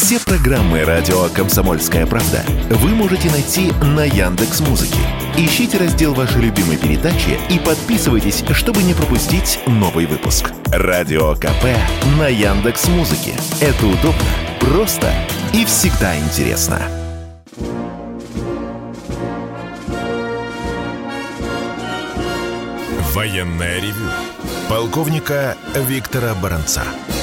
Все программы радио «Комсомольская правда» вы можете найти на Яндекс.Музыке. Ищите раздел вашей любимой передачи и подписывайтесь, чтобы не пропустить новый выпуск. Радио КП на Яндекс.Музыке. Это удобно, просто и всегда интересно. Военное ревю полковника Виктора Баранца.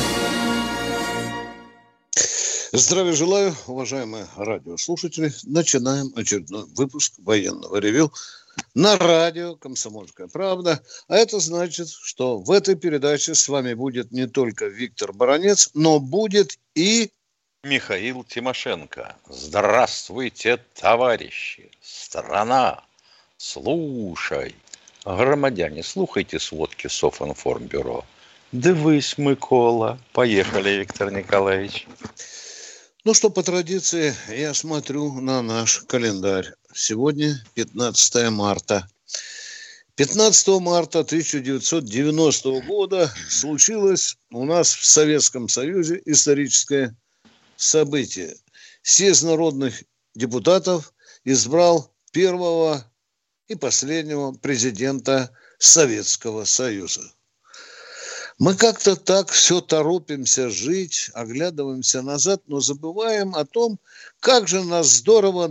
Здравия желаю, уважаемые радиослушатели. Начинаем очередной выпуск военного ревю на радио «Комсомольская правда». А это значит, что в этой передаче с вами будет не только Виктор Баранец, но будет и Михаил Тимошенко. Здравствуйте, товарищи! Страна, слушай! Громадяне, слухайте сводки Софинформбюро. Дивись, Микола. Поехали, Виктор Николаевич. Ну что, по традиции, я смотрю на наш календарь. Сегодня 15 марта. 15 марта 1990 года случилось у нас в Советском Союзе историческое событие. Съезд народных депутатов избрал первого и последнего президента Советского Союза. Мы как-то так все торопимся жить, оглядываемся назад, но забываем о том, как же нас здорово,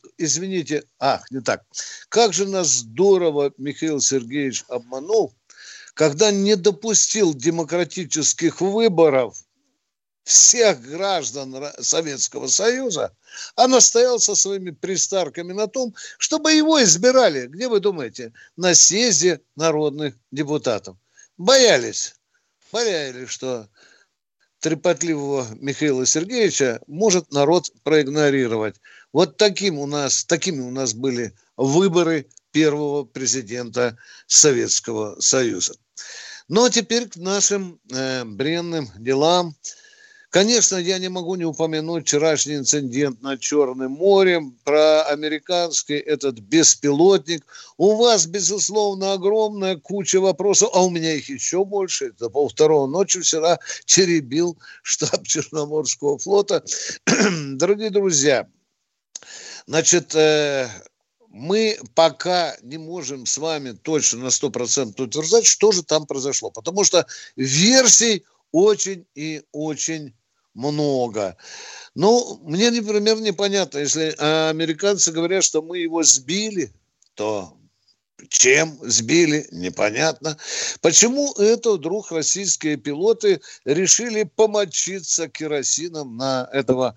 как же нас здорово Михаил Сергеевич обманул, когда не допустил демократических выборов всех граждан Советского Союза, а настоял со своими пристарками на том, чтобы его избирали, где вы думаете, на съезде народных депутатов. Боялись, что трепотливого Михаила Сергеевича может народ проигнорировать. Вот такими у нас были выборы первого президента Советского Союза. Но теперь к нашим бренным делам. Конечно, я не могу не упомянуть вчерашний инцидент над Черным морем, про американский этот беспилотник. У вас, безусловно, огромная куча вопросов, а у меня их еще больше. До 2:30 ночи вчера теребил штаб Черноморского флота. Дорогие друзья, значит, мы пока не можем с вами точно на 100% утверждать, что же там произошло. Потому что версий очень и очень много. Ну, мне, например, непонятно, если американцы говорят, что мы его сбили, то чем сбили, непонятно. Почему это вдруг российские пилоты решили помочиться керосином на этого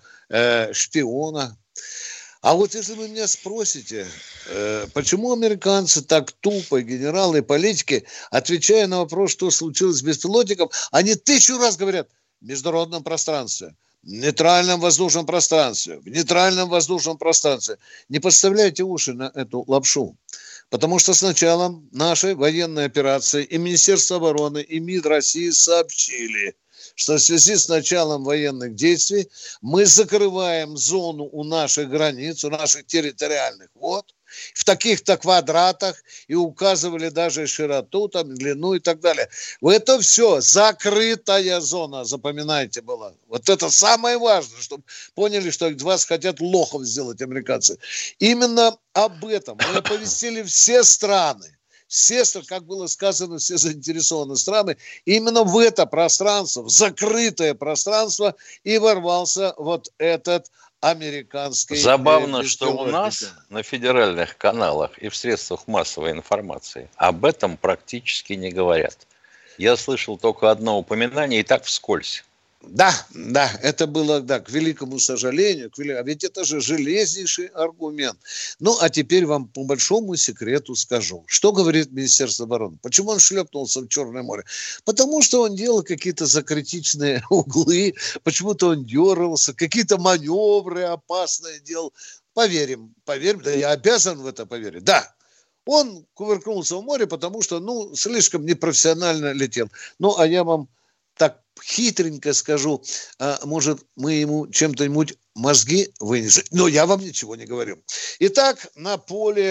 шпиона? А вот если вы меня спросите, почему американцы так тупо, генералы и политики, отвечая на вопрос, что случилось с беспилотником, они 1000 раз говорят: в международном пространстве, в нейтральном воздушном пространстве, в нейтральном воздушном пространстве. Не подставляйте уши на эту лапшу. Потому что с началом нашей военной операции и Министерство обороны, и МИД России сообщили, что в связи с началом военных действий мы закрываем зону у наших границ, у наших территориальных вод, в таких-то квадратах, и указывали даже широту, там, длину и так далее. Это все закрытая зона, запоминайте, была. Вот это самое важное, чтобы поняли, что из вас хотят лохов сделать американцы. Именно об этом мы оповестили все страны. Все, как было сказано, все заинтересованные страны, именно в это пространство, в закрытое пространство и ворвался вот этот американский... Забавно, что у нас на федеральных каналах и в средствах массовой информации об этом практически не говорят. Я слышал только одно упоминание, и так вскользь. Да, это было, к великому сожалению, а ведь это же железнейший аргумент. Ну, а теперь вам по большому секрету скажу. Что говорит Министерство обороны? Почему он шлепнулся в Черное море? Потому что он делал какие-то закритичные углы, почему-то он дергался, какие-то маневры опасные делал. Поверим, да я обязан в это поверить. Да, он кувыркнулся в море, потому что, слишком непрофессионально летел. Ну, а я вам так хитренько скажу, может, мы ему чем-то мозги вынесли. Но я вам ничего не говорю. Итак, на поле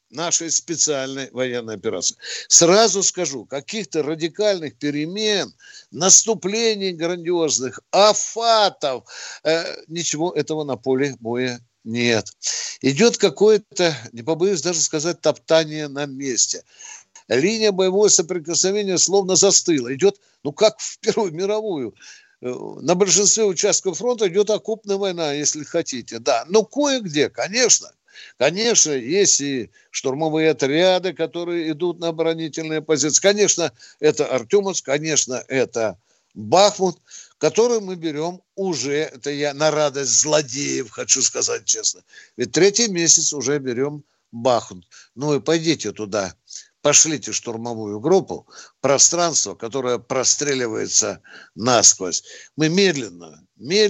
нашей специальной военной операции. Сразу скажу, каких-то радикальных перемен, наступлений грандиозных, афатов, ничего этого на поле боя нет. Идет какое-то, не побоюсь даже сказать, топтание на месте. Линия боевого соприкосновения словно застыла. Идет, как в Первую мировую. На большинстве участков фронта идет окопная война, если хотите. Да, но кое-где, конечно, есть и штурмовые отряды, которые идут на оборонительные позиции. Конечно, это Артемовск, конечно, это Бахмут, который мы берем уже, это я на радость злодеев хочу сказать честно. Ведь 3-й месяц уже берем Бахмут. И пойдите туда. Пошлите штурмовую группу, пространство, которое простреливается насквозь. Мы медленно,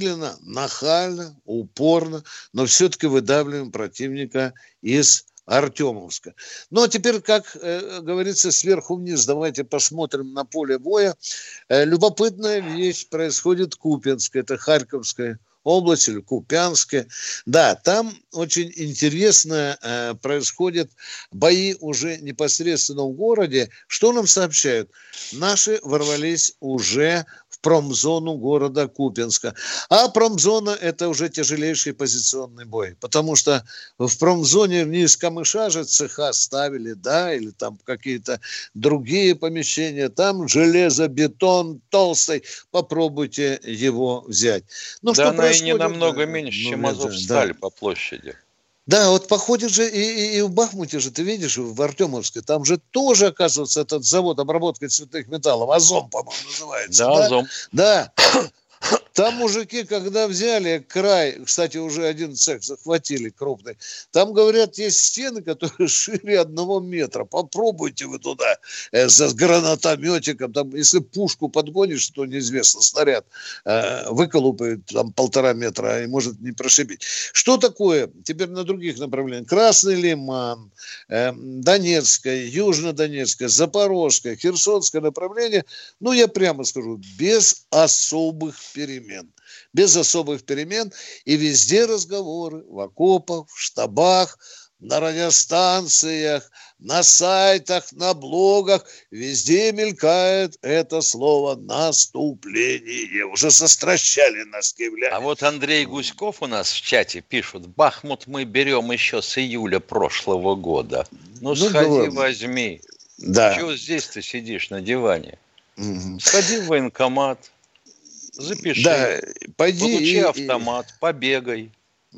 нахально, упорно, но все-таки выдавливаем противника из Артемовска. А теперь, как говорится, сверху вниз, давайте посмотрим на поле боя. Любопытная вещь происходит в Купянске, это Харьковская область или Купянская. Да, там очень интересно происходят бои уже непосредственно в городе. Что нам сообщают? Наши ворвались уже в промзону города Купянска. А промзона – это уже тяжелейший позиционный бой, потому что в промзоне вниз камыша же цеха ставили, да, или там какие-то другие помещения, там железобетон толстый, попробуйте его взять. Что происходит? Не намного меньше, чем Азовсталь по площади. Да, вот походит же и в Бахмуте же, ты видишь, в Артемовске, там же тоже, оказывается, этот завод обработки цветных металлов, Азом, по-моему, называется. Да, Азом. Да. Там мужики, когда взяли край, кстати, уже один цех захватили крупный, там, говорят, есть стены, которые шире 1 метра. Попробуйте вы туда с гранатометиком, там, если пушку подгонишь, то неизвестно, снаряд выколупает там 1,5 метра и может не прошибить. Что такое теперь на других направлениях? Красный Лиман, Донецкое, Южнодонецкое, Запорожское, Херсонское направление, я прямо скажу, без особых перемен. И везде разговоры в окопах, в штабах, на радиостанциях, на сайтах, на блогах. Везде мелькает это слово «наступление». Уже застращали нас киевляне. А вот Андрей Гуськов у нас в чате пишет: Бахмут мы берем еще с июля прошлого года. Сходи, возьми. Да. Чего здесь ты сидишь на диване? Сходи в военкомат. Запиши, да, получи автомат, побегай.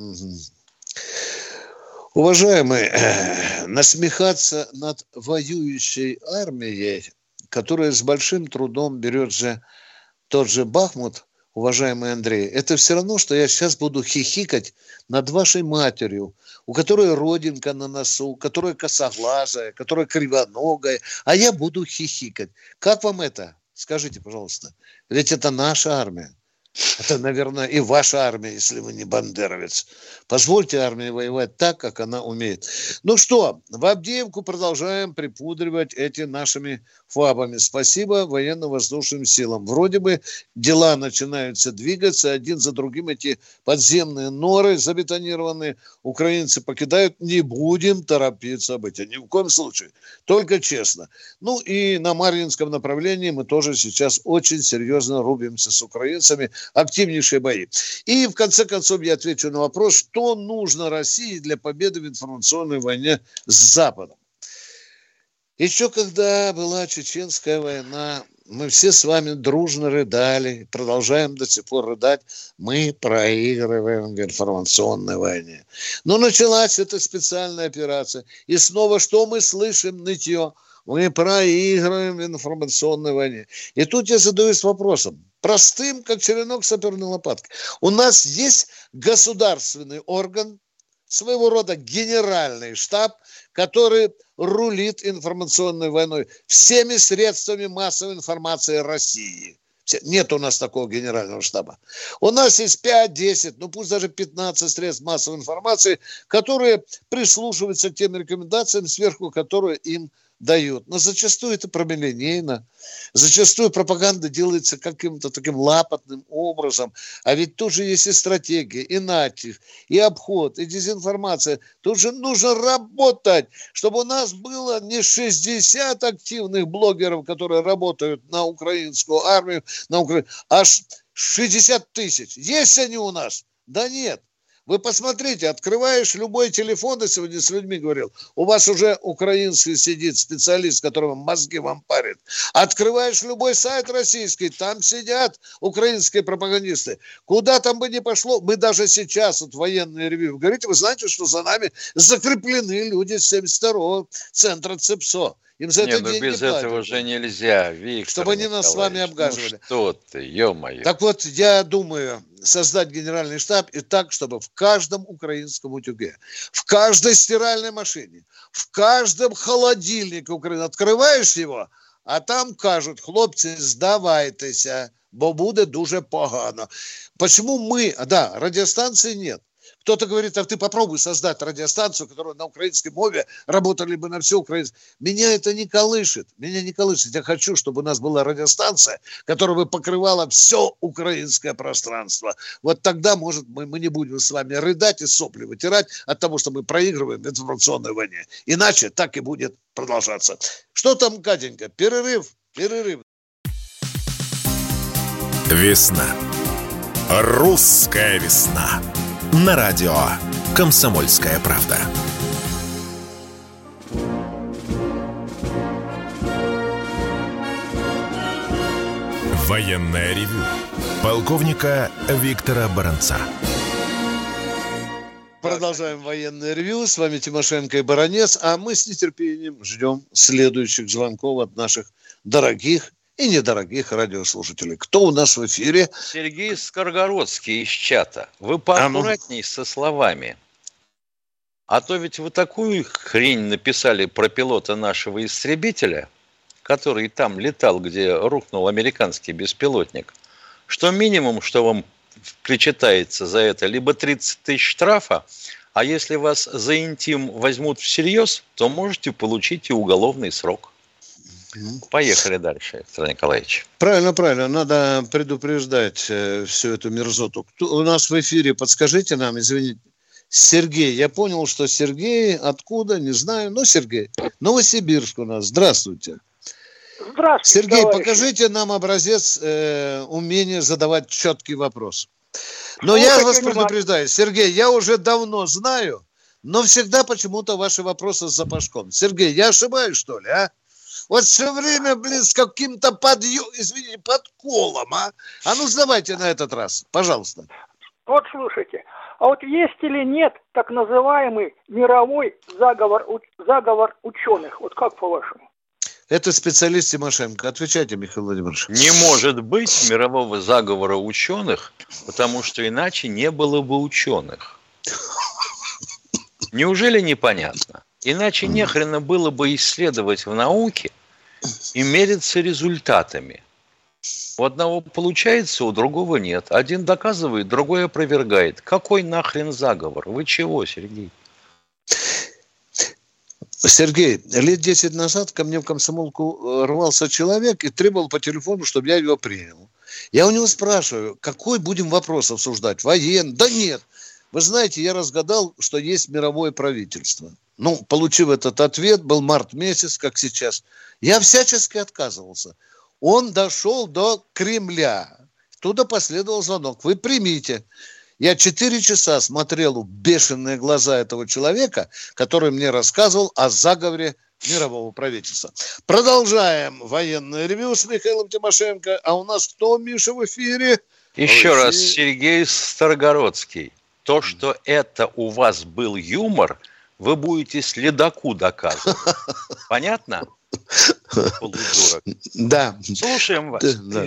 Уважаемые, насмехаться над воюющей армией, которая с большим трудом берет же тот же Бахмут, уважаемый Андрей, это все равно, что я сейчас буду хихикать над вашей матерью, у которой родинка на носу, которая косоглазая, которая кривоногая, а я буду хихикать. Как вам это? Скажите, пожалуйста. Ведь это наша армия. Это, наверное, и ваша армия, если вы не бандеровец. Позвольте армии воевать так, как она умеет. В Авдеевку продолжаем припудривать эти нашими ФАБами. Спасибо военно-воздушным силам. Вроде бы дела начинаются двигаться, один за другим эти подземные норы забетонированные украинцы покидают. Не будем торопиться об этом. Ни в коем случае. Только честно. И на Марьинском направлении мы тоже сейчас очень серьезно рубимся с украинцами. Активнейшие бои. И в конце концов я отвечу на вопрос, что нужно России для победы в информационной войне с Западом. Еще когда была Чеченская война, мы все с вами дружно рыдали, продолжаем до сих пор рыдать, мы проигрываем в информационной войне. Но началась эта специальная операция, и снова что мы слышим? Нытье. Мы проигрываем в информационной войне. И тут я задаюсь вопросом, простым, как черенок саперной лопаткой. У нас есть государственный орган, своего рода генеральный штаб, который рулит информационной войной всеми средствами массовой информации России. Нет у нас такого генерального штаба. У нас есть 5-10, пусть даже 15 средств массовой информации, которые прислушиваются к тем рекомендациям, сверху которые им дают. Но зачастую это прямолинейно. Зачастую пропаганда делается каким-то таким лапотным образом. А ведь тут же есть и стратегия, и натиск, и обход, и дезинформация. Тут же нужно работать, чтобы у нас было не 60 активных блогеров, которые работают на украинскую армию, аж 60 тысяч. Есть они у нас? Да нет. Вы посмотрите, открываешь любой телефон, я сегодня с людьми говорил, у вас уже украинский сидит специалист, который мозги вам парит. Открываешь любой сайт российский, там сидят украинские пропагандисты. Куда там бы ни пошло, мы даже сейчас, вот военное ревью, говорите, вы знаете, что за нами закреплены люди с 72-го центра ЦЕПСО. Им за это деньги без платят. этого же нельзя, Виктор чтобы они нас с вами обгаживали. Ну что ты, ё-моё. Так вот, я думаю создать генеральный штаб и так, чтобы в каждом украинском утюге, в каждой стиральной машине, в каждом холодильнике Украины открываешь его, а там кажуть, хлопці, здавайтеся, бо буде дуже погано. Почему мы, да, радиостанции нет. Кто-то говорит, а ты попробуй создать радиостанцию, которая на украинской мове работали бы на всю Украину. Меня это не колышет. Меня не колышет. Я хочу, чтобы у нас была радиостанция, которая бы покрывала все украинское пространство. Вот тогда, может, мы не будем с вами рыдать и сопли вытирать от того, что мы проигрываем в информационной войне. Иначе так и будет продолжаться. Что там, Катенька? Перерыв. Весна. Русская весна. На радио «Комсомольская правда». Военное ревю полковника Виктора Баранца. Продолжаем военное ревью. С вами Тимошенко и Баранец. А мы с нетерпением ждем следующих звонков от наших дорогих и недорогих радиослушателей. Кто у нас в эфире? Сергей Скоргородский из чата. Вы поаккуратней со словами. А то ведь вы такую хрень написали про пилота нашего истребителя, который там летал, где рухнул американский беспилотник, что минимум, что вам причитается за это, либо 30 тысяч штрафа, а если вас за интим возьмут всерьез, то можете получить и уголовный срок. Поехали дальше, Виктор Николаевич. Правильно. Надо предупреждать всю эту мерзоту. Кто у нас в эфире? Подскажите нам, извините. Сергей. Я понял, что Сергей. Откуда? Не знаю. Но Сергей. Новосибирск у нас. Здравствуйте. Здравствуйте, Сергей, товарищи. покажите нам образец умения задавать четкий вопрос. Но я вас предупреждаю. Сергей, я уже давно знаю, но всегда почему-то ваши вопросы с запашком. Сергей, я ошибаюсь, что ли, а? Вот все время, с каким-то подколом, а? А ну, сдавайте на этот раз, пожалуйста. Вот слушайте, а вот есть или нет так называемый мировой заговор ученых? Вот как по-вашему? Это специалист Тимошенко. Отвечайте, Михаил Владимирович. Не может быть мирового заговора ученых, потому что иначе не было бы ученых. Неужели непонятно? Иначе нехрена было бы исследовать в науке и мериться результатами. У одного получается, у другого нет. Один доказывает, другой опровергает. Какой нахрен заговор? Вы чего, Сергей? Сергей, лет 10 назад ко мне в комсомолку рвался человек и требовал по телефону, чтобы я его принял. Я у него спрашиваю, какой будем вопрос обсуждать? Военный? Да нет. Вы знаете, я разгадал, что есть мировое правительство. Ну, получив этот ответ, был март месяц, как сейчас. Я всячески отказывался. Он дошел до Кремля. Туда последовал звонок. Вы примите. Я 4 часа смотрел в бешеные глаза этого человека, который мне рассказывал о заговоре мирового правительства. Продолжаем военное ревью с Михаилом Тимошенко. А у нас кто, Миша, в эфире? Еще раз, Сергей Старогородский. То, что это у вас был юмор, вы будете следаку доказывать. Понятно? Полудурок. Да. Слушаем вас. Да.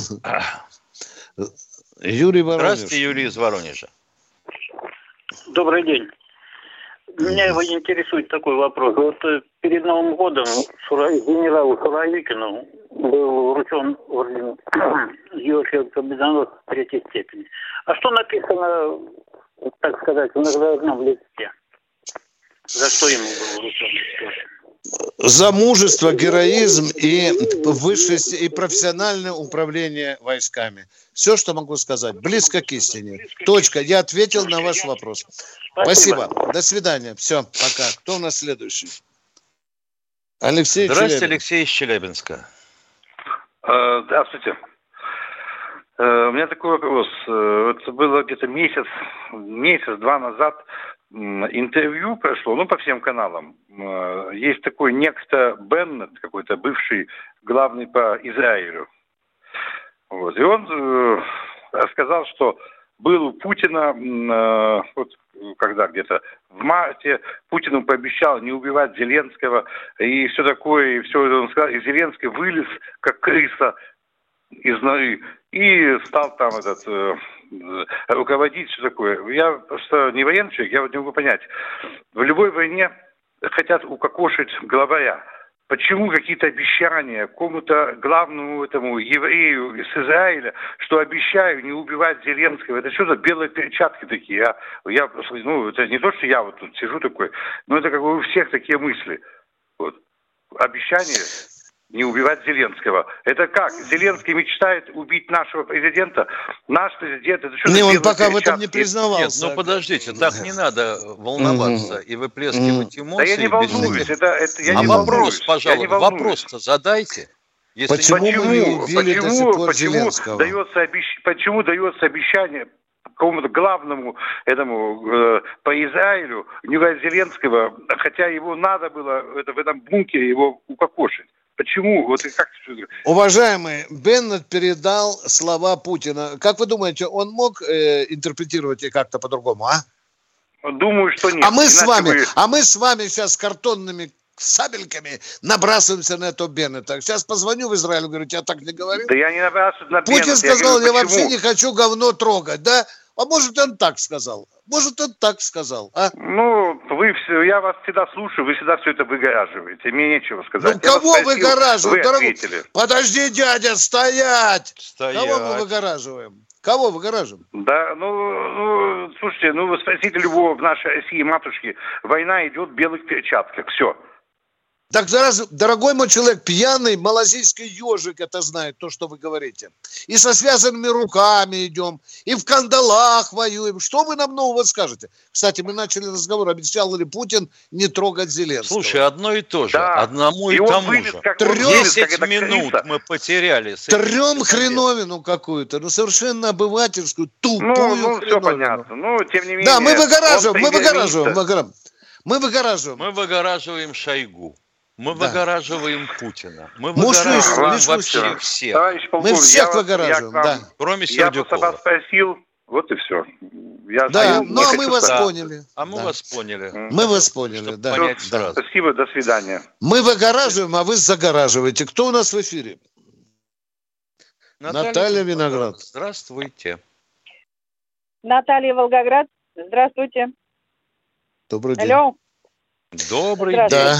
Юрий Воронеж. Здравствуйте, Юрий из Воронежа. Добрый день. Меня интересует такой вопрос. Вот перед Новым годом генералу Суровикину был вручен орден Георгия Победоносца 3-й степени. А что написано, так сказать, в наградном листе? За что ему был вручен? За мужество, героизм и высшее и профессиональное управление войсками. Все, что могу сказать. Близко к истине. Точка. Я ответил на ваш вопрос. Спасибо. До свидания. Все, пока. Кто у нас следующий? Алексей. Здравствуйте, Челябинск. Алексей из Челябинска. Здравствуйте. У меня такой вопрос. Это было где-то месяц-два назад. Интервью прошло, по всем каналам. Есть такой некто Беннет, какой-то бывший главный по Израилю. Вот. И он рассказал, что был у Путина, когда где-то в марте, Путину пообещал не убивать Зеленского и все такое, и все это он сказал, и Зеленский вылез, как крыса из норы, и стал там руководить, все такое. Я просто не военный человек, я не могу понять. В любой войне хотят укокошить главаря. Почему какие-то обещания какому-то главному этому еврею из Израиля, что обещаю не убивать Зеленского, это что за белые перчатки такие? Это не то, что я вот тут сижу такой, но это как бы у всех такие мысли. Вот. Обещание не убивать Зеленского. Это как? Зеленский мечтает убить нашего президента? Наш президент, это что за он белые пока перчатки? в этом не признавался. Нет, подождите, так не надо волноваться и выплескивать эмоции. Да я не волнуюсь. Вопрос, пожалуйста, вопрос-то задайте. Почему дается обещание какому-то главному по Израилю не убивать Зеленского, хотя его надо было в этом бункере его укокошить? Почему? Уважаемый, Беннет передал слова Путина. Как вы думаете, он мог интерпретировать их как-то по-другому, а? Думаю, что нет. А мы с вами сейчас с картонными сабельками набрасываемся на этого Беннета. Сейчас позвоню в Израиль, говорю, я так не говорил. Да я не набрасываюсь на Беннета. Путин сказал, я вообще не хочу говно трогать, да? А может, он так сказал? А? Я вас всегда слушаю, вы всегда все это выгораживаете. Мне нечего сказать. Кого выгораживаем? Ответили. Подожди, дядя, стоять! Кого мы выгораживаем? Да, слушайте, вы спросите любого в нашей России матушки, война идет в белых перчатках, все. Так, дорогой мой человек, пьяный малазийский ежик это знает, то, что вы говорите. И со связанными руками идем, и в кандалах воюем. Что вы нам нового скажете? Кстати, мы начали разговор, обещал ли Путин не трогать Зеленского. Слушай, одно и то же, да. одному и тому же. 10 минут мы потеряли. Трем хреновину какую-то, совершенно обывательскую, тупую хреновину. Все понятно, тем не менее. Да, мы выгораживаем. Мы выгораживаем Шойгу. Мы выгораживаем Путина. Мы выгораживаем вообще всех. Мы всех выгораживаем, да. Кроме Сердюкова. Я просто вас спросил, вот и все. Мы вас поняли. Мы вас поняли. Мы вас поняли, да. Спасибо, до свидания. Мы выгораживаем, а вы загораживаете. Кто у нас в эфире? Наталья Виноград. Здравствуйте. Наталья, Волгоград. Здравствуйте. Добрый день. Алло. Добрый день. Да.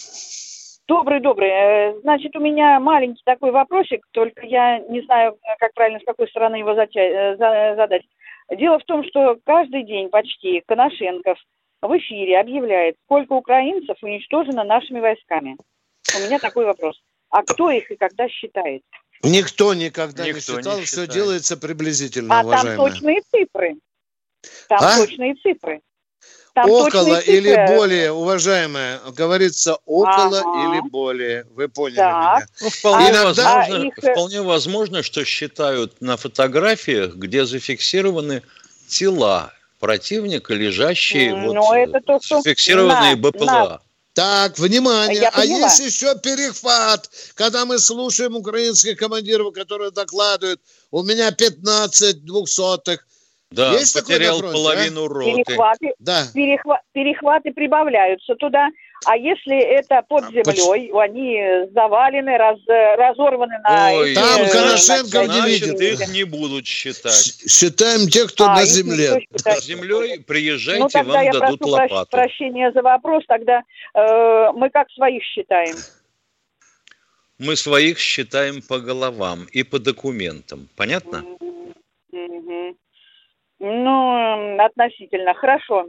Добрый. Значит, у меня маленький такой вопросик, только я не знаю, как правильно, с какой стороны его задать. Дело в том, что каждый день почти Коношенков в эфире объявляет, сколько украинцев уничтожено нашими войсками. У меня такой вопрос. А кто их и когда считает? Никто никогда не считал, все делается приблизительно, уважаемые. Там точные цифры. Точные цифры. Там около или более, уважаемая, говорится около или более. Вы поняли меня. Вполне возможно, что считают на фотографиях, где зафиксированы тела противника, лежащие зафиксированные БПЛА. Так, внимание, есть еще перехват, когда мы слушаем украинских командиров, которые докладывают, у меня 15 двухсотых. Да, есть потерял половину роты. Перехваты прибавляются туда. А если это под землей, они завалены, разорваны на... Там Коношенков не видит. Их не будут считать. Считаем тех, кто на земле. С землей приезжайте, вам дадут лопату. Я прошу прощения за вопрос, тогда мы как своих считаем? Мы своих считаем по головам и по документам. Понятно? Относительно. Хорошо.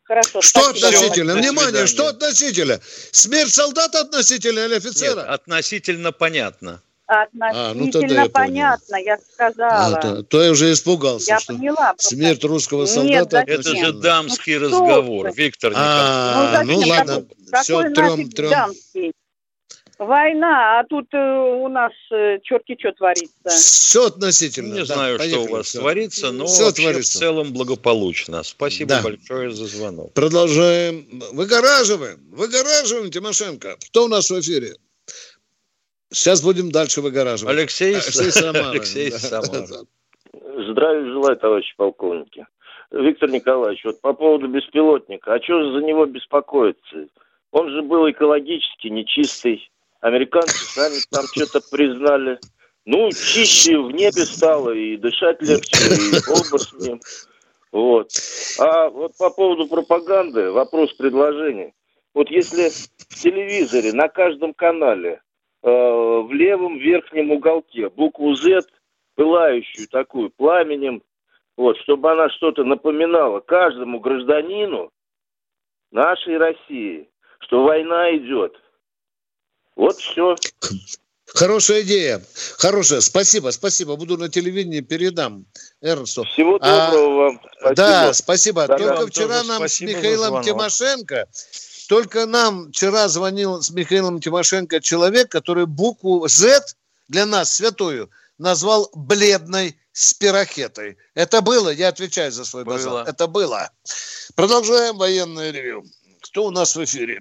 Хорошо. Что спасибо. относительно? До Внимание, свидания. что относительно? Смерть солдата относительно или офицера? Нет, относительно понятно. Относительно я понятно, я сказала. То я уже испугался, Я что поняла. Просто. смерть русского Нет, солдата зачем? Это же относительно. дамский Ну, что разговор, ты? Виктор Николаевич. Ну зачем ладно, все, какой нафиг дамский? Война, а тут у нас черти что творится. Все относительно. Не да, знаю, поехали, что у вас все. творится, но Всё вообще творится. в целом благополучно. Спасибо Да. большое за звонок. Продолжаем. Выгораживаем, Тимошенко. Кто у нас в эфире? Сейчас будем дальше выгораживать. Алексей Самара. Алексей Да. Самара. Здравия желаю, товарищи полковники. Виктор Николаевич, вот по поводу беспилотника. А что за него беспокоиться? Он же был экологически нечистый. Американцы сами там что-то признали. Ну, чище в небе стало, и дышать легче, и бог с ним. Вот. А вот по поводу пропаганды, вопрос-предложение. Вот если в телевизоре на каждом канале в левом верхнем уголке букву Z, пылающую такую пламенем, вот, чтобы она что-то напоминала каждому гражданину нашей России, что война идет. Вот все. Хорошая идея. Хорошая. Спасибо. Буду на телевидении, передам Эрнсту. Всего доброго вам. Спасибо. Да, спасибо. Да, только да, вчера тоже нам с спасибо за Михаилом звонок. Тимошенко, вчера звонил с Михаилом Тимошенко человек, который букву Z для нас, святую, назвал бледной спирохетой. Это было, я отвечаю за свой базар. Это было. Продолжаем военное ревью. Кто у нас в эфире?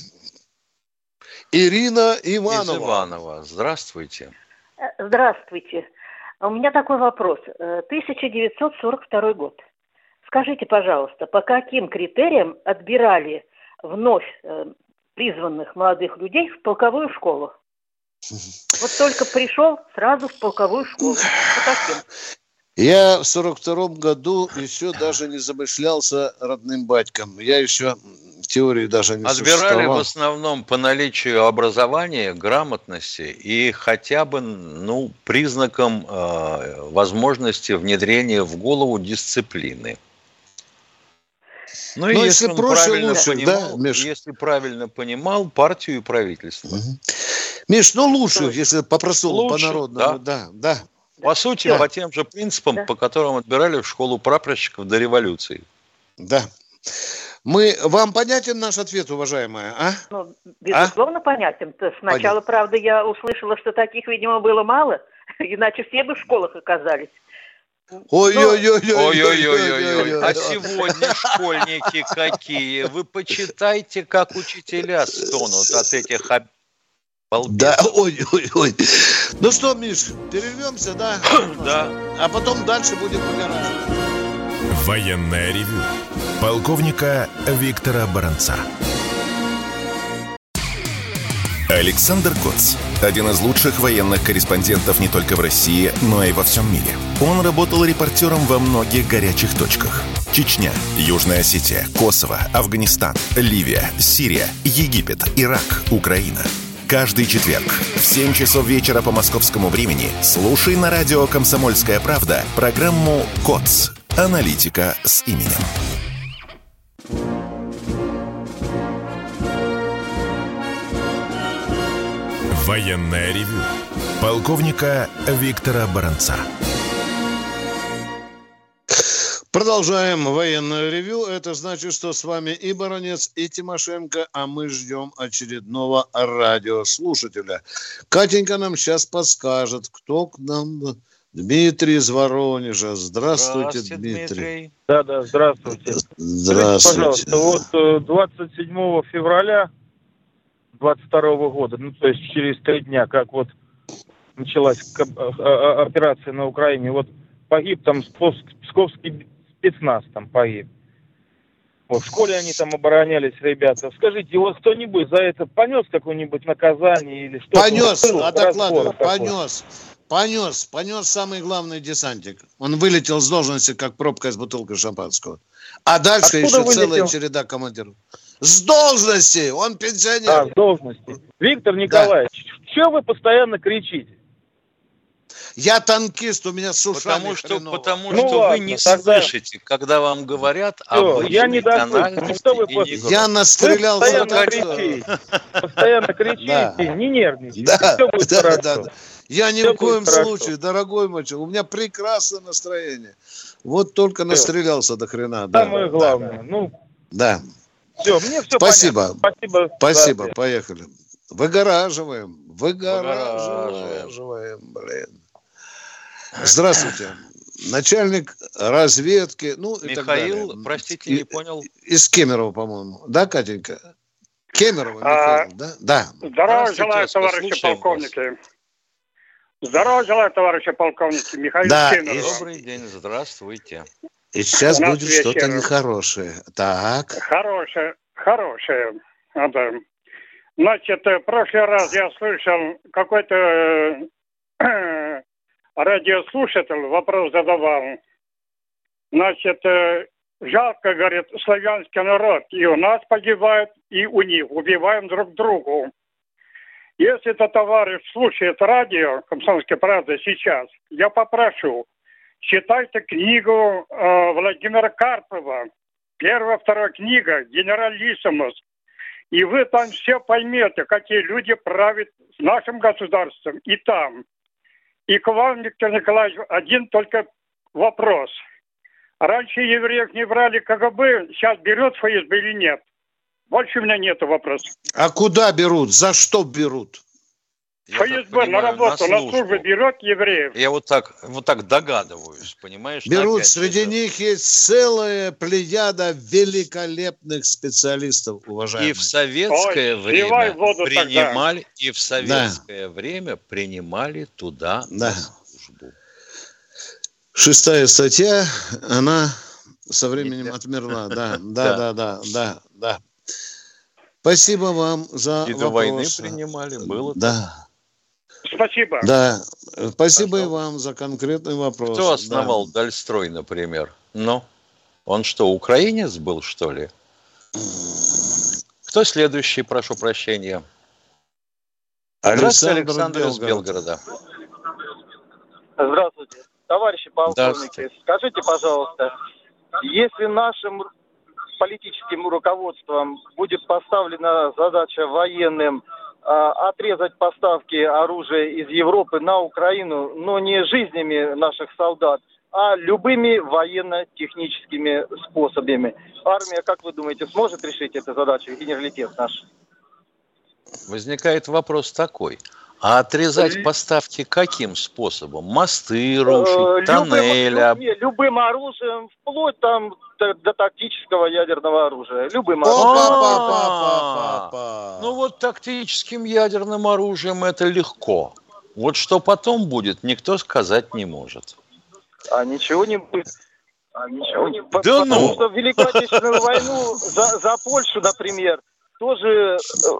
Ирина Иванова. Из Иванова. Здравствуйте. Здравствуйте. У меня такой вопрос. 1942 год. Скажите, пожалуйста, по каким критериям отбирали вновь призванных молодых людей в полковую школу? Вот только пришел сразу в полковую школу. По каким? Я в 42-м году еще даже не замышлялся родным батьком. Я еще в теории даже не Отбирали существовал. в основном по наличию образования, грамотности и хотя бы признаком возможности внедрения в голову дисциплины. Ну, и если он проще, правильно лучше, понимал, да, Миш? если правильно понимал партию и правительство. Миш, лучше, если по-простому, Лучше, по-народному. Да. По сути, Да. по тем же принципам, по которым отбирали в школу прапорщиков до революции. Да. Вам понятен наш ответ, уважаемая, а? Ну, безусловно, понятен. Сначала, правда, я услышала, что таких, видимо, было мало, иначе все бы в школах оказались. Ой-ой-ой. А сегодня школьники какие? Вы почитайте, как учителя стонут от этих балбесов. Да, ой. Ну что, Миш, перервемся, да? Да. А потом дальше будем выгораживать. Военное ревю полковника Виктора Баранца. Александр Коц. Один из лучших военных корреспондентов не только в России, но и во всем мире. Он работал репортером во многих горячих точках. Чечня, Южная Осетия, Косово, Афганистан, Ливия, Сирия, Египет, Ирак, Украина. Каждый четверг в 7 часов вечера по московскому времени слушай на радио «Комсомольская правда» программу «КОЦ. Аналитика с именем». Военное ревю полковника Виктора Баранца. Продолжаем военное ревью. Это значит, что с вами и Баранец, и Тимошенко, а мы ждем очередного радиослушателя. Катенька нам сейчас подскажет, кто к нам. Дмитрий из Воронежа. Здравствуйте, Дмитрий. Да, здравствуйте. Здравствуйте. Скажите, пожалуйста, вот 27 февраля 22 года, то есть через 3 дня, как вот началась операция на Украине, вот погиб там псковский спецназ там погиб. Вот в школе они там оборонялись, ребята. Скажите, вот кто-нибудь за это понес какое-нибудь наказание или что-то? Понес самый главный десантник. Он вылетел с должности, как пробка из бутылки шампанского. А дальше откуда еще вылетел? целая череда командиров. С должности! Он пенсионер. С должности. Виктор Николаевич, что вы постоянно кричите? Я танкист, у меня с ушами Потому что вы не слышите, когда вам говорят обычный тональности и негромко. Я настрелялся. Постоянно кричите, не нервничайте. Да. Я ни в коем случае, дорогой мальчик, у меня прекрасное настроение. Вот только настрелялся до хрена. Самое главное. Да. Все, мне все Спасибо. Понятно. Спасибо, поехали. Выгораживаем, блин. Здравствуйте. Начальник разведки. Михаил, простите, не понял. Из Кемерово, по-моему. Да, Катенька? Кемерово, Михаил, да? Да. Здравия желаю, товарищи полковники. Здравия желаю, товарищи полковники. Михаил Кемерово. Добрый день, здравствуйте. И сейчас будет что-то нехорошее. Так. Хорошее. Значит, в прошлый раз я слышал, какой-то радиослушатель вопрос задавал. Значит, жалко, говорит, славянский народ. И у нас погибает, и у них. Убиваем друг другу. Если этот товарищ слушает радио «Комсомольская правда» сейчас, я попрошу, читайте книгу Владимира Карпова. Первая, вторая книга «Генералиссимус». И вы там все поймете, какие люди правят нашим государством и там. И к вам, Виктор Николаевич, один только вопрос. Раньше евреев не брали КГБ, сейчас берет ФСБ или нет? Больше у меня нет вопросов. А куда берут? За что берут? ФСБ на работу, на службу берет евреев. Я вот так догадываюсь, понимаешь? Берут, среди них есть целая плеяда великолепных специалистов, уважаемые. И в советское время принимали туда на службу. 6-я статья, она со временем отмерла. Да. Спасибо вам за и до войны принимали, было. Да. Спасибо. Да, спасибо и вам за конкретный вопрос. Кто основал Дальстрой, например? Он что, украинец был, что ли? Кто следующий, прошу прощения? Здравствуйте, Александр из Белгорода. Здравствуйте, товарищи полковники. Скажите, пожалуйста, если нашим политическим руководством будет поставлена задача военным отрезать поставки оружия из Европы на Украину, но не жизнями наших солдат, а любыми военно-техническими способами. Армия, как вы думаете, сможет решить эту задачу, генералитет наш? Возникает вопрос такой. А отрезать поставки каким способом? Мосты рушить, тоннели? Любым оружием, вплоть там до тактического ядерного оружия. Любым оружием. Ну вот тактическим ядерным оружием это легко. Вот что потом будет, никто сказать не может. А ничего не будет. Потому что в Великую Отечественную войну за Польшу, например, тоже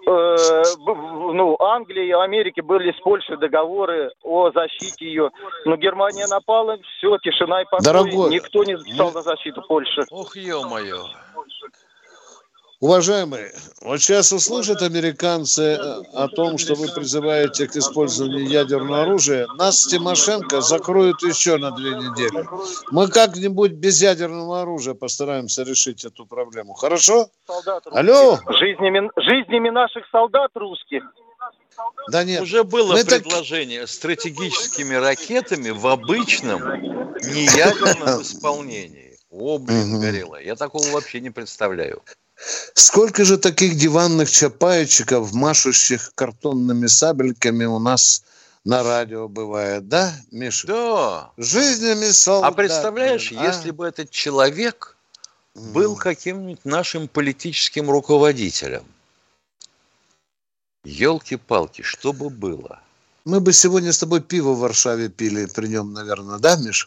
Англии и Америки были с Польшей договоры о защите ее. Но Германия напала, все, тишина и покой. Дорогой, никто не стал на защиту Польши. Ох, ё-моё. Уважаемые, вот сейчас услышат американцы о том, что вы призываете к использованию ядерного оружия, нас с Тимошенко закроют еще на 2 недели. Мы как-нибудь без ядерного оружия постараемся решить эту проблему. Хорошо? Алло? Жизнями наших солдат русских. Да нет. Уже было предложение стратегическими ракетами в обычном неядерном исполнении. О, блин, горело. Я такого вообще не представляю. Сколько же таких диванных чапаечиков, машущих картонными сабельками у нас на радио бывает, да, Миша? Да. Жизнями солдат. А представляешь, если бы этот человек был каким-нибудь нашим политическим руководителем? Ёлки-палки, что бы было? Мы бы сегодня с тобой пиво в Варшаве пили при нем, наверное, да, Миш?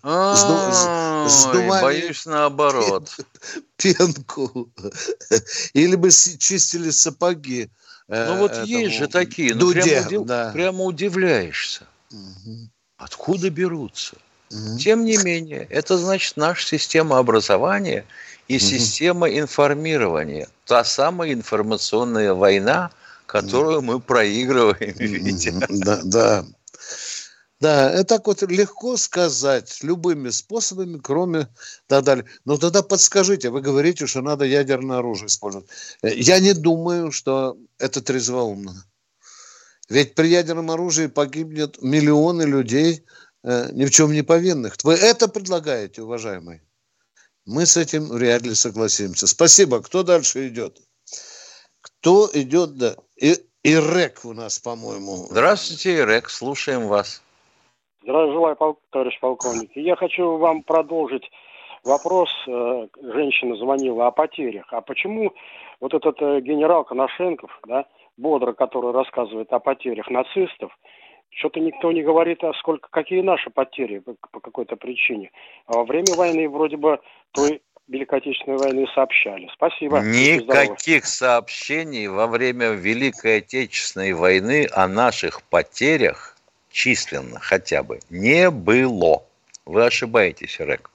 Боюсь, наоборот. Пенку. Или бы чистили сапоги. Ну вот есть же такие. Прямо удивляешься. Откуда берутся? Тем не менее, это значит наша система образования и система информирования. Та самая информационная война, которую мы проигрываем, видите. Да. Да, это так вот легко сказать любыми способами, кроме так далее. Но тогда подскажите, вы говорите, что надо ядерное оружие использовать. Я не думаю, что это трезвоумно. Ведь при ядерном оружии погибнет миллионы людей, ни в чем не повинных. Вы это предлагаете, уважаемый? Мы с этим вряд ли согласимся. Спасибо. Кто дальше идет? Кто идет? Да. Ирек у нас, по-моему. Здравствуйте, Ирек. Слушаем вас. Здравия желаю, товарищ полковник. Я хочу вам продолжить вопрос. Женщина звонила о потерях. А почему вот этот генерал Коношенков, да, бодро, который рассказывает о потерях нацистов, что-то никто не говорит, какие наши потери по какой-то причине. А во время войны вроде бы той Великой Отечественной войны сообщали. Спасибо. Никаких сообщений во время Великой Отечественной войны о наших потерях численно хотя бы не было. Вы ошибаетесь, Ирек.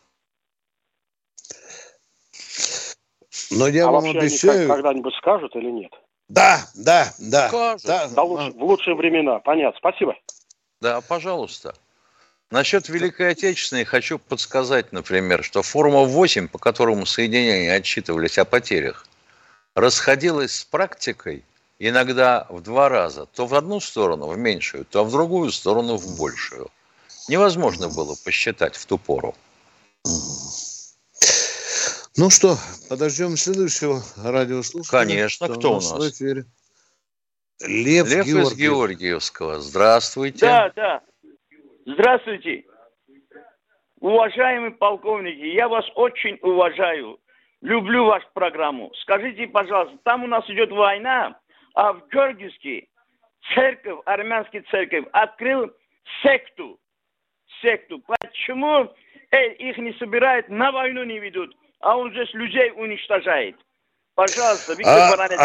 Но я вам обещаю... Они когда-нибудь скажут или нет? Да. Скажут. Да. В лучшие времена. Понятно. Спасибо. Да, пожалуйста. Насчет Великой Отечественной хочу подсказать, например, что форма 8, по которому соединения отчитывались о потерях, расходилась с практикой иногда в 2 раза. То в одну сторону, в меньшую, то в другую сторону, в большую. Невозможно было посчитать в ту пору. Ну что, подождем следующего радиослушателя. Конечно, кто у нас? В эфире. Лев из Георгиевского. Здравствуйте. Да. Здравствуйте. Уважаемые полковники, я вас очень уважаю. Люблю вашу программу. Скажите, пожалуйста, там у нас идет война, а в Георгиевске церковь, армянский церковь, открыл секту. Почему их не собирают, на войну не ведут, а он здесь людей уничтожает? Пожалуйста, Виктор Баранец.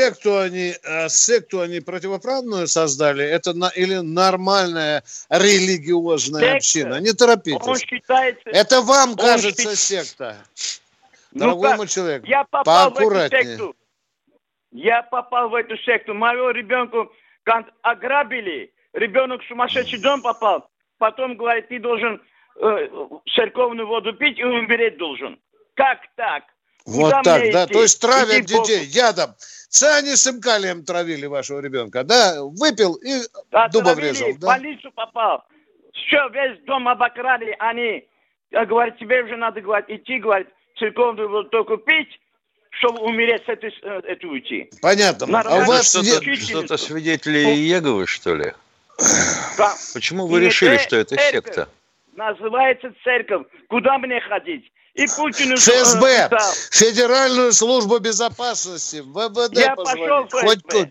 Секту они противоправную создали? Это или нормальная религиозная община? Не торопитесь. Это вам кажется секта. Дорогой мой человек, поаккуратнее. Я попал в эту секту. Моего ребенка ограбили. Ребенок в сумасшедший дом попал. Потом, говорит, ты должен церковную воду пить и умереть должен. Как так? Вот так, да? То есть травят детей ядом. Они с калием травили вашего ребенка, да? Выпил и дуба врезал, да? В больницу попал. Все, весь дом обокрали. Они говорят, тебе уже надо, говорит, идти, говорит, церковную воду только пить, чтобы умереть с этой уйти. Понятно. А у вас что-то свидетели Иеговы, что ли? Да. Почему вы решили, что это секта? Называется церковь. Куда мне ходить? И Путину... ФСБ, Федеральную службу безопасности, ВВД. Я пошел в ФСБ.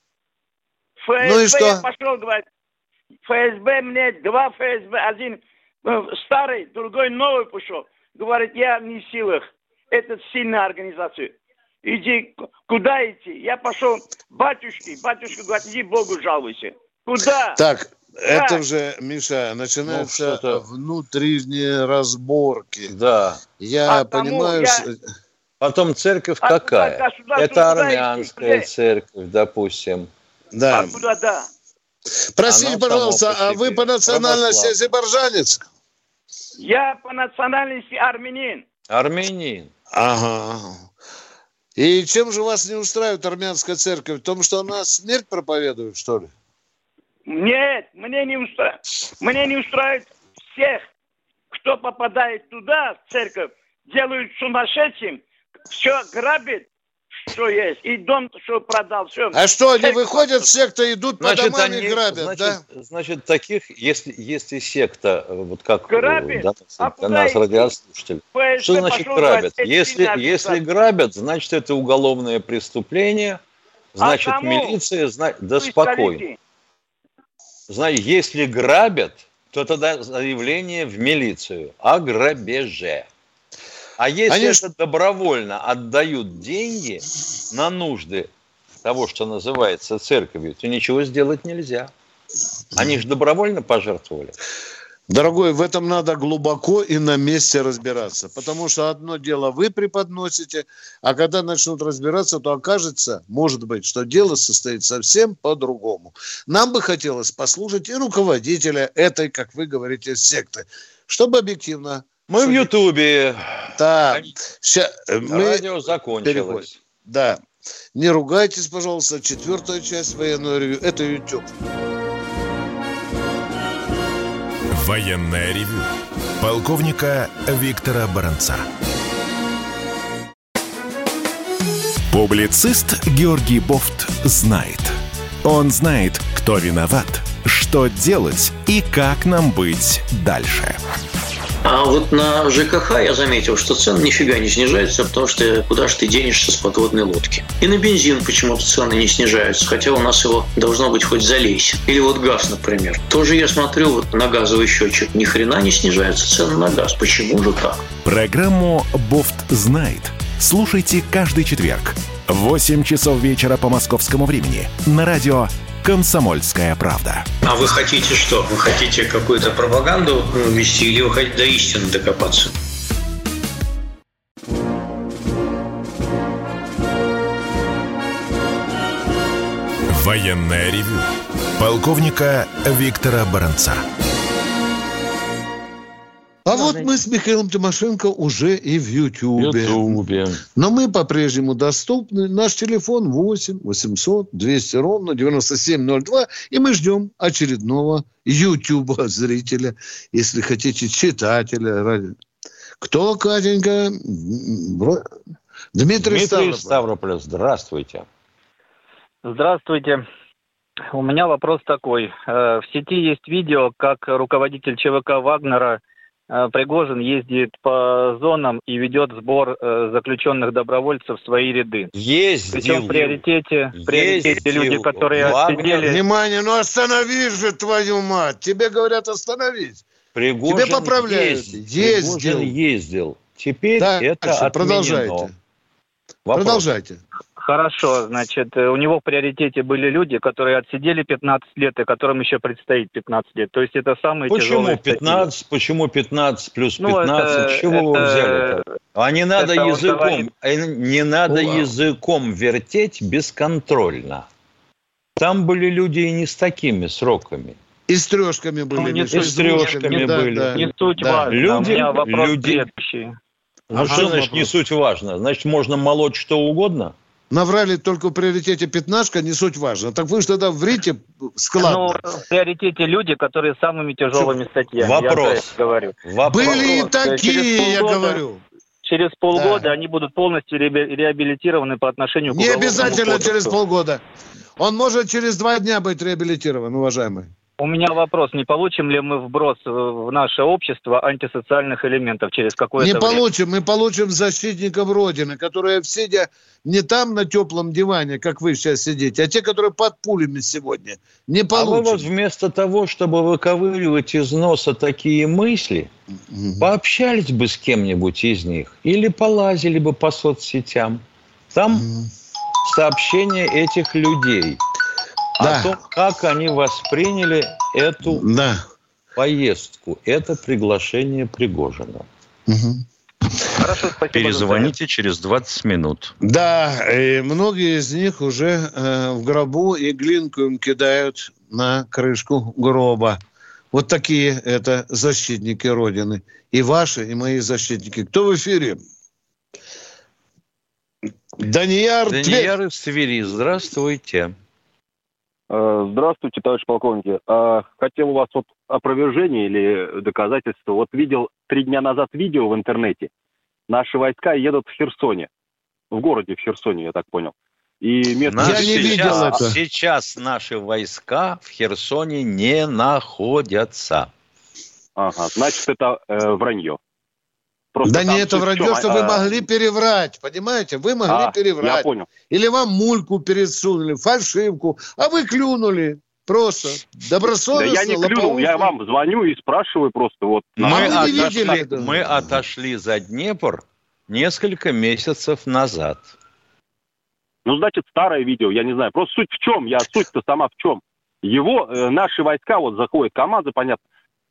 Ну и что? Я пошел, говорит, ФСБ мне 2 ФСБ, один старый, другой новый пошел. Говорит, я не в силах. Это сильная организация. Иди, куда идти? Я пошел к батюшке. Батюшка говорит, иди Богу жалуйся. Куда? Так, это уже, Миша, начинаются внутренние разборки. Да. Я понимаю... Потом церковь какая? Это армянская церковь, допустим. Да. Откуда, да. Простите, пожалуйста, а вы по национальности азербайджанец? Я по национальности армянин. Армянин. Ага. И чем же вас не устраивает армянская церковь? В том, что она смерть проповедует, что ли? Нет, мне не устраивает. Мне не устраивает всех, кто попадает туда, в церковь, делают сумасшедшим, все грабит, что есть, и дом, что продал, все. А что, они выходят в секту, идут по домам и грабят, да? Значит, таких, если секта, вот как грабит, для нас радиослушатель, что значит грабят? Если грабят, значит, это уголовное преступление, значит, милиция, да спокойно. Знаете, если грабят, то тогда заявление в милицию о грабеже. А если это добровольно отдают деньги на нужды того, что называется церковью, то ничего сделать нельзя. Они же добровольно пожертвовали. Дорогой, в этом надо глубоко и на месте разбираться. Потому что одно дело вы преподносите, а когда начнут разбираться, то окажется, может быть, что дело состоит совсем по-другому. Нам бы хотелось послушать и руководителя этой, как вы говорите, секты, чтобы объективно... Мы в Ютубе. Да. Радио закончилось. Да. Не ругайтесь, пожалуйста. 4-я часть военного ревью. Это YouTube. Военное ревю полковника Виктора Баранца. Публицист Георгий Бофт знает. Он знает, кто виноват, что делать и как нам быть дальше. А вот на ЖКХ я заметил, что цены нифига не снижаются, потому что куда же ты денешься с подводной лодки. И на бензин почему-то цены не снижаются, хотя у нас его должно быть хоть залейся. Или вот газ, например. Тоже я смотрю вот на газовый счетчик, ни хрена не снижаются цены на газ. Почему же так? Программу «Бофт знает» слушайте каждый четверг в 8 часов вечера по московскому времени на радио «Комсомольская правда». А вы хотите что? Вы хотите какую-то пропаганду вести или вы хотите до истины докопаться? Военное ревю полковника Виктора Баранца. А вот мы с Михаилом Тимошенко уже и в Ютьюбе. Но мы по-прежнему доступны. Наш телефон 8 800 200 ровно 9702. И мы ждем очередного Ютьюба зрителя, если хотите, читателя. Кто, Катенька? Дмитрий Ставрополь. Здравствуйте. Здравствуйте. У меня вопрос такой. В сети есть видео, как руководитель ЧВК «Вагнера» Пригожин ездит по зонам и ведет сбор заключенных добровольцев в свои ряды. Причем в приоритете люди, которые отсидели... Внимание, остановись же, твою мать! Тебе говорят остановись. Пригожин тебе поправляют. Ездил. Теперь дальше, это отменено. Продолжайте. Хорошо, значит, у него в приоритете были люди, которые отсидели 15 лет и которым еще предстоит 15 лет. То есть это самые тяжелые статьи. 15? Почему 15 плюс 15? С чего вы взяли это? А не надо языком вертеть бесконтрольно. Там были люди и не с такими сроками. И с трешками были. И с трешками были. Да. Не суть важно. У меня вопрос следующий. А что значит не суть важно? Значит, можно молоть что угодно? Наврали только в приоритете 15, не суть важно. Так вы же тогда врите складно. В приоритете люди, которые с самыми тяжелыми статьями. Вопрос. Я говорю. Были и такие, я говорю. Через полгода они будут полностью реабилитированы по отношению к уголовному кодексу. Не обязательно через полгода. Он может через 2 дня быть реабилитирован, уважаемый. У меня вопрос. Не получим ли мы вброс в наше общество антисоциальных элементов через какое-то время? Не получим. Мы получим защитников Родины, которые, сидя не там на теплом диване, как вы сейчас сидите, а те, которые под пулями сегодня. Не получим. А вы вот вместо того, чтобы выковыривать из носа такие мысли, пообщались бы с кем-нибудь из них или полазили бы по соцсетям. Там сообщения этих людей. Да. О том, как они восприняли эту поездку, это приглашение Пригожина. Хорошо, спасибо. Перезвоните через 20 минут. Да, и многие из них уже в гробу и глинку им кидают на крышку гроба. Вот такие это защитники Родины. И ваши, и мои защитники. Кто в эфире? Данияр из Твери. Здравствуйте. Здравствуйте, товарищ полковники. Хотел у вас вот опровержение или доказательство. Вот видел 3 дня назад видео в интернете. Наши войска едут в Херсоне. В городе в Херсоне, я так понял. И я не видел это. Сейчас наши войска в Херсоне не находятся. Ага, значит, это вранье. Просто не это вранье, что вы могли переврать, понимаете? Вы могли переврать. Я понял. Или вам мульку пересунули, фальшивку, а вы клюнули. Просто добросовестно. Да я не клюнул, я вам звоню и спрашиваю просто. Вот. Мы отошли за Днепр несколько месяцев назад. Ну, значит, старое видео, я не знаю. Просто суть в чем? Суть-то сама в чем? Наши войска вот заходят, КАМАЗы, понятно,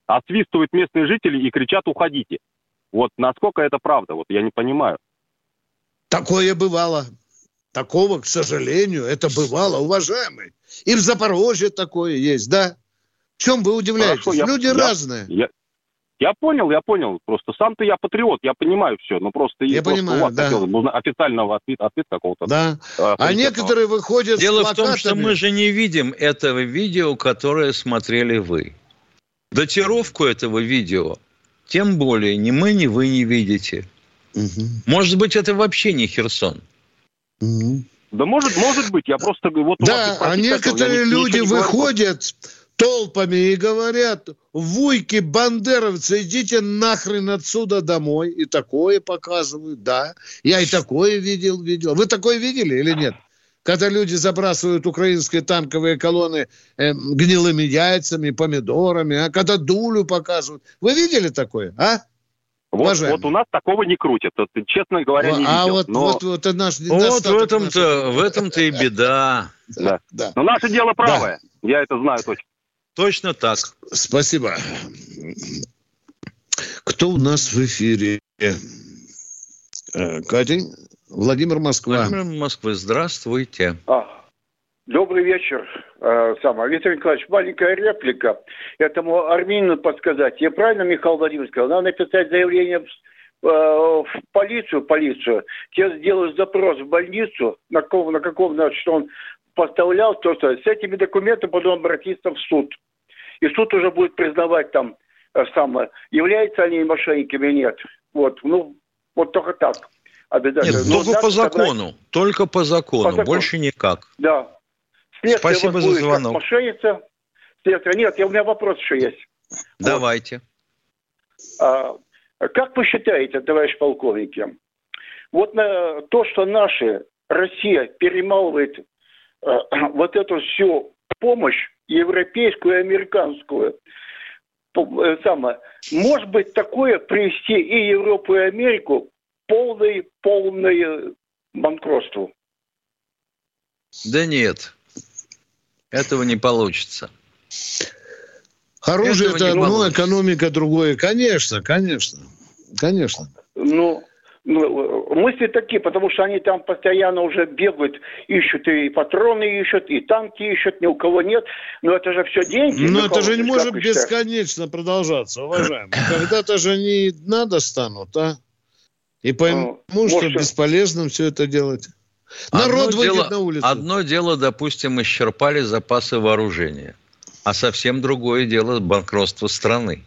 Освистывают местные жители и кричат «уходите». Вот насколько это правда? Вот я не понимаю. Такое бывало. Такого, к сожалению, это бывало, уважаемый. И в Запорожье такое есть, да? В чем вы удивляетесь? Хорошо, Люди разные. Я понял. Просто сам-то я патриот, я понимаю все. Но просто я просто понимаю, у вас да. нужно официального ответ какого-то. Да. А некоторые выходят Дело с плакатами. в том, что мы же не видим этого видео, которое смотрели вы. Датировку этого видео, тем более, ни мы, ни вы не видите. Угу. Может быть, это вообще не Херсон. Угу. Да может быть, я просто... Вот да, а некоторые люди выходят толпами и говорят: вуйки, бандеровцы, идите нахрен отсюда домой. И такое показывают, да. Я и такое видел. Вы такое видели или нет? Когда люди забрасывают украинские танковые колонны гнилыми яйцами, помидорами, а когда дулю показывают. Вы видели такое, а? Вот у нас такого не крутят, честно говоря, не видел. Вот наш в этом-то и беда. Да. Но наше дело правое, я это знаю точно. Точно так. Спасибо. Кто у нас в эфире? Катя? Владимир, Москва. Владимир, Москва, здравствуйте. Добрый вечер. Виктор Николаевич, маленькая реплика. Этому армянину подсказать. Я правильно, Михаил Владимирович, сказал? Надо написать заявление в полицию. Те сделают запрос в больницу, на каком, что он поставлял, то что с этими документами потом обратиться в суд. И суд уже будет признавать там являются они мошенниками или нет. Вот только так. Обязательно. Нет, только по закону, больше никак. Да. Спасибо за звонок. Мошенница. Нет, у меня вопрос еще есть. Давайте. Как вы считаете, товарищ полковники, то, что Россия перемалывает вот эту всю помощь, европейскую и американскую, может быть такое привести и Европу, и Америку полное банкротство? Да нет. Этого не получится. Оружие это одно, экономика другое. Конечно. Мысли такие, потому что они там постоянно уже бегают, ищут и патроны ищут, и танки ищут, ни у кого нет. Но это же все деньги. Но это же не может бесконечно продолжаться, уважаемые. Когда-то же они дна достанут, а? И поймут, что бесполезно все это делать. Народ выйдет на улицу. Одно дело, допустим, исчерпали запасы вооружения, а совсем другое дело банкротство страны.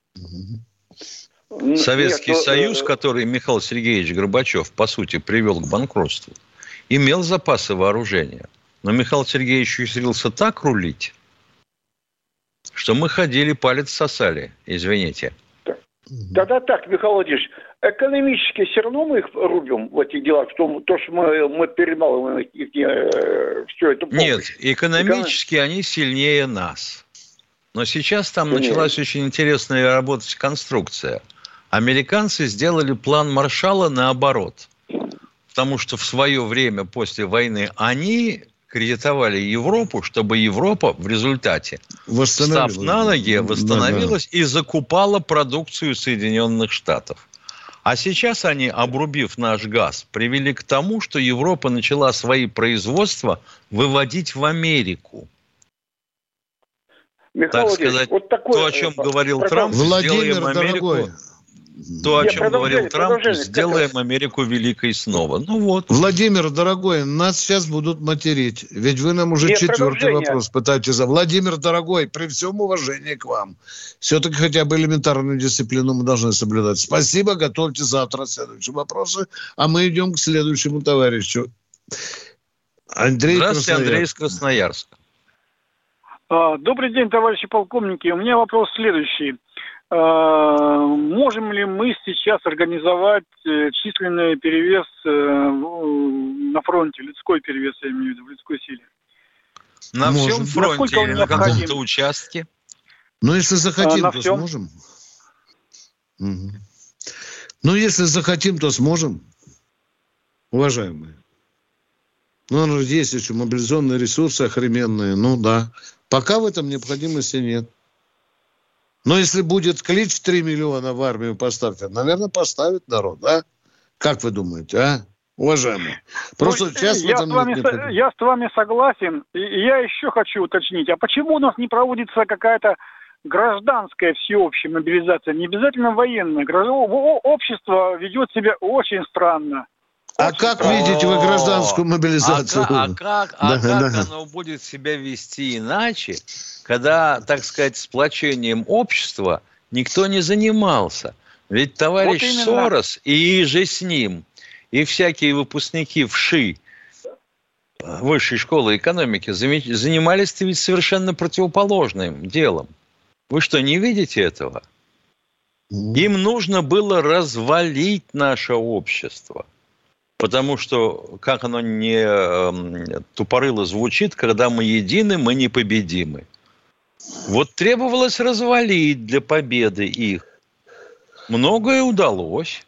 Советский Союз, который Михаил Сергеевич Горбачев, по сути, привел к банкротству, имел запасы вооружения. Но Михаил Сергеевич ухитрился так рулить, что мы ходили, палец сосали, извините. Тогда так, Михаил Владимирович, экономически все равно мы их рубим в этих делах, то, что мы перемалываем их, все это помощь. Нет, экономически они сильнее нас. Но сейчас там началась очень интересная работать конструкция. Американцы сделали план Маршалла наоборот. Потому что в свое время после войны они кредитовали Европу, чтобы Европа в результате, встав на ноги, восстановилась и закупала продукцию Соединенных Штатов. А сейчас они, обрубив наш газ, привели к тому, что Европа начала свои производства выводить в Америку. Михаил так сказать, то, о чем говорил Трамп, сделаем Америку... То, о чем говорил Трамп, сделаем Америку великой снова. Владимир, дорогой, нас сейчас будут материть. Ведь вы нам уже четвертый вопрос пытаетесь задать. Владимир, дорогой, при всем уважении к вам, все-таки хотя бы элементарную дисциплину мы должны соблюдать. Спасибо, готовьте завтра следующие вопросы. А мы идем к следующему товарищу. Здравствуйте, Андрей из Красноярска. Добрый день, товарищи полковники. У меня вопрос следующий. Можем ли мы сейчас организовать численный перевес на фронте, людской перевес, я имею в виду, в людской силе? На всем фронте или на каком-то участке? Ну, если захотим, то сможем. Ну, если захотим, то сможем, уважаемые. Ну, есть еще мобилизационные ресурсы охрененные, ну да. Пока в этом необходимости нет. Но если будет клич 3 миллиона в армию поставьте, наверное, поставит народ, да? Как вы думаете, а? Уважаемые. Просто сейчас я с вами согласен. И я еще хочу уточнить. А почему у нас не проводится какая-то гражданская всеобщая мобилизация? Не обязательно военная. Общество ведет себя очень странно. Как видите вы гражданскую мобилизацию? Как оно будет себя вести иначе, когда, так сказать, сплочением общества никто не занимался? Ведь товарищ Сорос и же с ним, и всякие выпускники ВШИ, Высшей школы экономики, занимались ведь совершенно противоположным делом. Вы что, не видите этого? Им нужно было развалить наше общество. Потому что, как оно не тупорыло звучит, когда мы едины, мы непобедимы. Вот требовалось развалить для победы их. Многое удалось.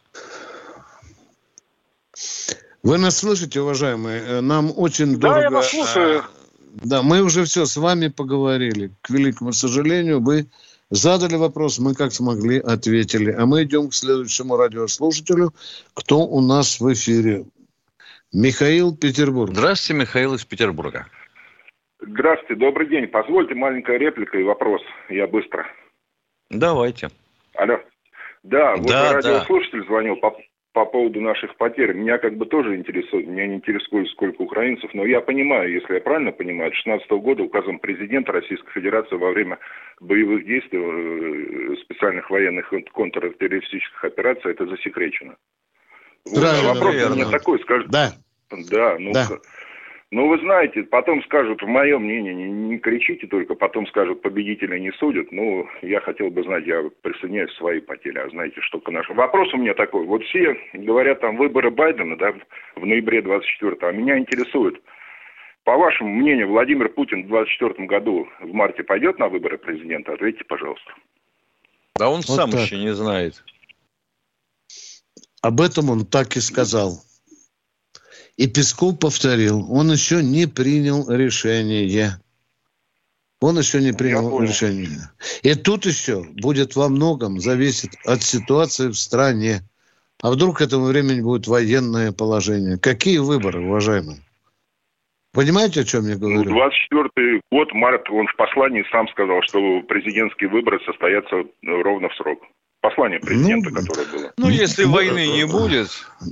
Вы нас слышите, уважаемые? Нам очень дорого... Да, я вас слушаю. Да, мы уже все с вами поговорили. К великому сожалению, вы задали вопрос, мы как смогли ответили. А мы идем к следующему радиослушателю. Кто у нас в эфире? Михаил, Петербург. Здравствуйте, Михаил из Петербурга. Здравствуйте, добрый день. Позвольте маленькая реплика и вопрос. Я быстро. Давайте. Алло. Да, вот радиослушатель звонил по поводу наших потерь. Меня как бы тоже интересует, меня не интересует, сколько украинцев, но я понимаю, если я правильно понимаю, 2016 года указом президента Российской Федерации во время боевых действий, специальных военных контртеррористических операций, это засекречено. Вот. Вопрос у меня такой, скажет. Да, ну вы знаете, потом скажут, в моем мнении, не кричите только, потом скажут, победителя не судят. Ну, я хотел бы знать, я присоединяюсь к своей потере, а знаете, что к нашему. Вопрос у меня такой, вот все говорят, там, выборы Байдена, да, в ноябре 24-го, а меня интересует, по вашему мнению, Владимир Путин в 24 году в марте пойдет на выборы президента? Ответьте, пожалуйста. Да он вот сам так еще не знает. Об этом он так и сказал. И Песков повторил, он еще не принял решение. Он еще не принял решение. И тут еще будет во многом зависеть от ситуации в стране. А вдруг к этому времени будет военное положение? Какие выборы, уважаемые? Понимаете, о чем я говорю? 24-й год, март, он в послании сам сказал, что президентские выборы состоятся ровно в срок. Послание президента, которое было. Ну, если войны не будет...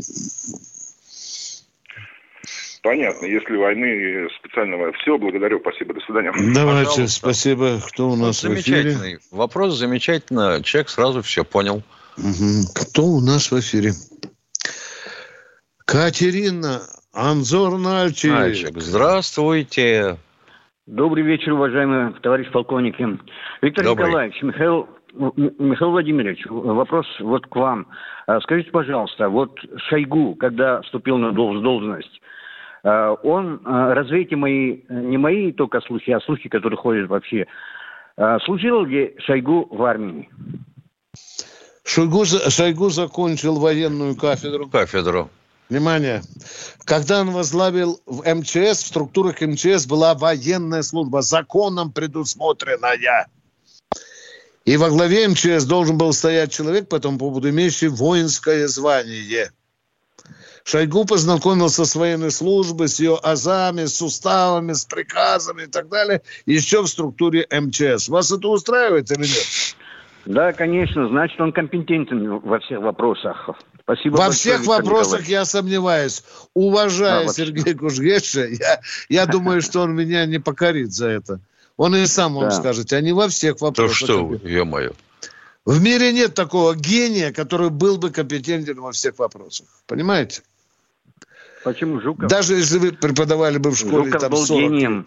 Понятно, если войны специального... Все, благодарю, спасибо, до свидания. Давайте, пожалуйста. Спасибо. Кто у нас в эфире? Замечательный вопрос, замечательно. Человек сразу все понял. Кто у нас в эфире? Катерина Анзор-Нальчик. Здравствуйте. Добрый вечер, уважаемые товарищ полковники. Виктор Николаевич, Михаил Владимирович, вопрос вот к вам. Скажите, пожалуйста, вот Шойгу, когда вступил на должность, он, разве эти не мои только слухи, а слухи, которые ходят вообще, служил ли Шойгу в армии? Шойгу закончил военную кафедру. Внимание. Когда он возглавил в МЧС, в структурах МЧС была военная служба, законом предусмотренная. И во главе МЧС должен был стоять человек, по этому поводу имеющий воинское звание. Шойгу познакомился с военной службой, с ее азами, с уставами, с приказами и так далее, еще в структуре МЧС. Вас это устраивает или нет? Да, конечно. Значит, он компетентен во всех вопросах. Спасибо во большое, всех вопросах я сомневаюсь. Уважая Сергея Кужгеша, я думаю, что он меня не покорит за это. Он и сам вам скажет, а не во всех вопросах. Да что вы, ё-моё. В мире нет такого гения, который был бы компетентен во всех вопросах. Понимаете? Почему Жуков? Даже если вы преподавали бы в школе Жуков там был 40 гением.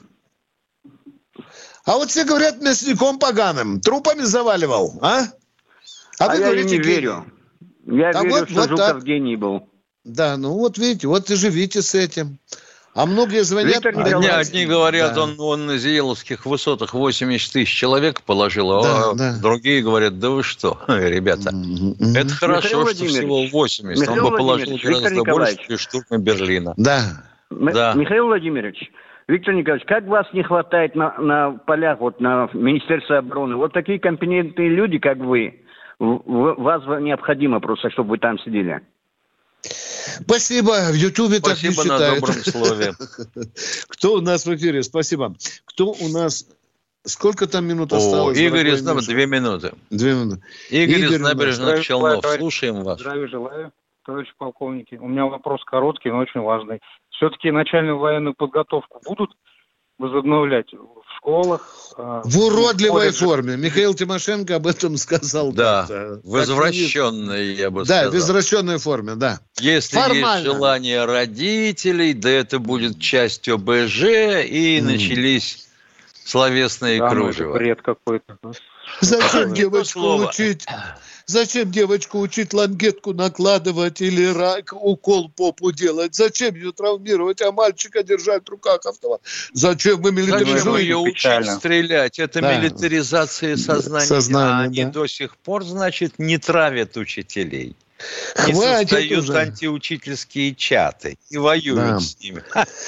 А вот все говорят, мясником поганым, трупами заваливал, а? А вы говорите, не верю. Я верю, что Жуков так. Гений был. Да, ну вот видите, вот и живите с этим. А многие звонят... Одни говорят, он на Зиеловских высотах 80 тысяч человек положил, а другие говорят, да вы что, ребята, это хорошо, что всего 80, он бы положил гораздо больше при штурме Берлина. Да. Михаил Владимирович, Виктор Николаевич, как вас не хватает на полях, вот на Министерстве обороны? Вот такие компетентные люди, как вы, вас необходимо просто, чтобы вы там сидели. Спасибо. В Ютубе так не считают. Спасибо на добром слове. Кто у нас в эфире? Спасибо. Кто у нас... Сколько там минут осталось? Игорь из Набережных. 2 минуты. 2 минуты. Игорь из Набережных Челнов. Слушаем вас. Здравия желаю, товарищи полковники. У меня вопрос короткий, но очень важный. Все-таки начальную военную подготовку будут возобновлять в школах? В уродливой форме. Михаил Тимошенко об этом сказал. Да, в извращенной, я бы сказал. Да, в извращенной форме, да. Если есть желание родителей, да это будет часть ОБЖ, и начались словесные кружева. Бред какой-то. Зачем девочку учить? Зачем девочку учить лангетку накладывать или укол попу делать? Зачем ее травмировать, а мальчика держать в руках автомат? Зачем вы милитаризуете? Зачем ее учить стрелять? Это милитаризация сознания. А они до сих пор, значит, не травят учителей. Не создают антиучительские чаты и воюют с ними.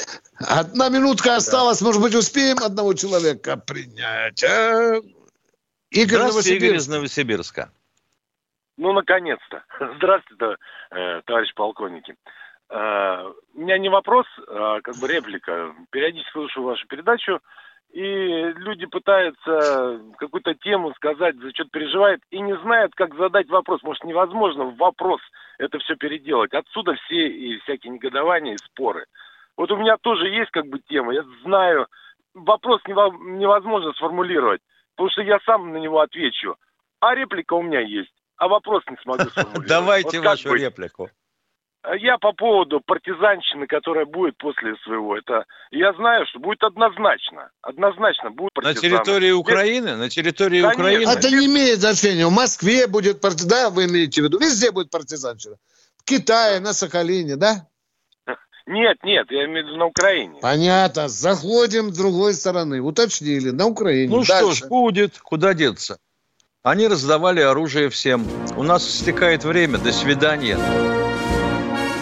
1 минутка осталась. Может быть, успеем одного человека принять? Здравствуйте, Игорь из Новосибирска. Ну, наконец-то. Здравствуйте, товарищи полковники. У меня не вопрос, а как бы реплика. Периодически слушаю вашу передачу, и люди пытаются какую-то тему сказать, за что-то переживают, и не знают, как задать вопрос. Может, невозможно в вопрос это все переделать. Отсюда все и всякие негодования и споры. Вот у меня тоже есть как бы тема. Я знаю, вопрос невозможно сформулировать, потому что я сам на него отвечу. А реплика у меня есть. А вопрос не смогу сформулировать. Давайте вашу реплику. Я по поводу партизанщины, которая будет после своего, это я знаю, что будет однозначно будет партизан. На территории Украины? На территории Украины? Это не имеет значения. В Москве будет партизан, да, вы имеете в виду? Везде будет партизанщина. В Китае, на Сахалине, да? Нет, я имею в виду на Украине. Понятно. Заходим с другой стороны. Уточнили. На Украине. Ну дальше. Что ж, будет. Куда деться? Они раздавали оружие всем. У нас истекает время. До свидания.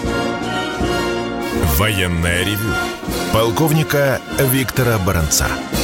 Военное ревю полковника Виктора Баранца.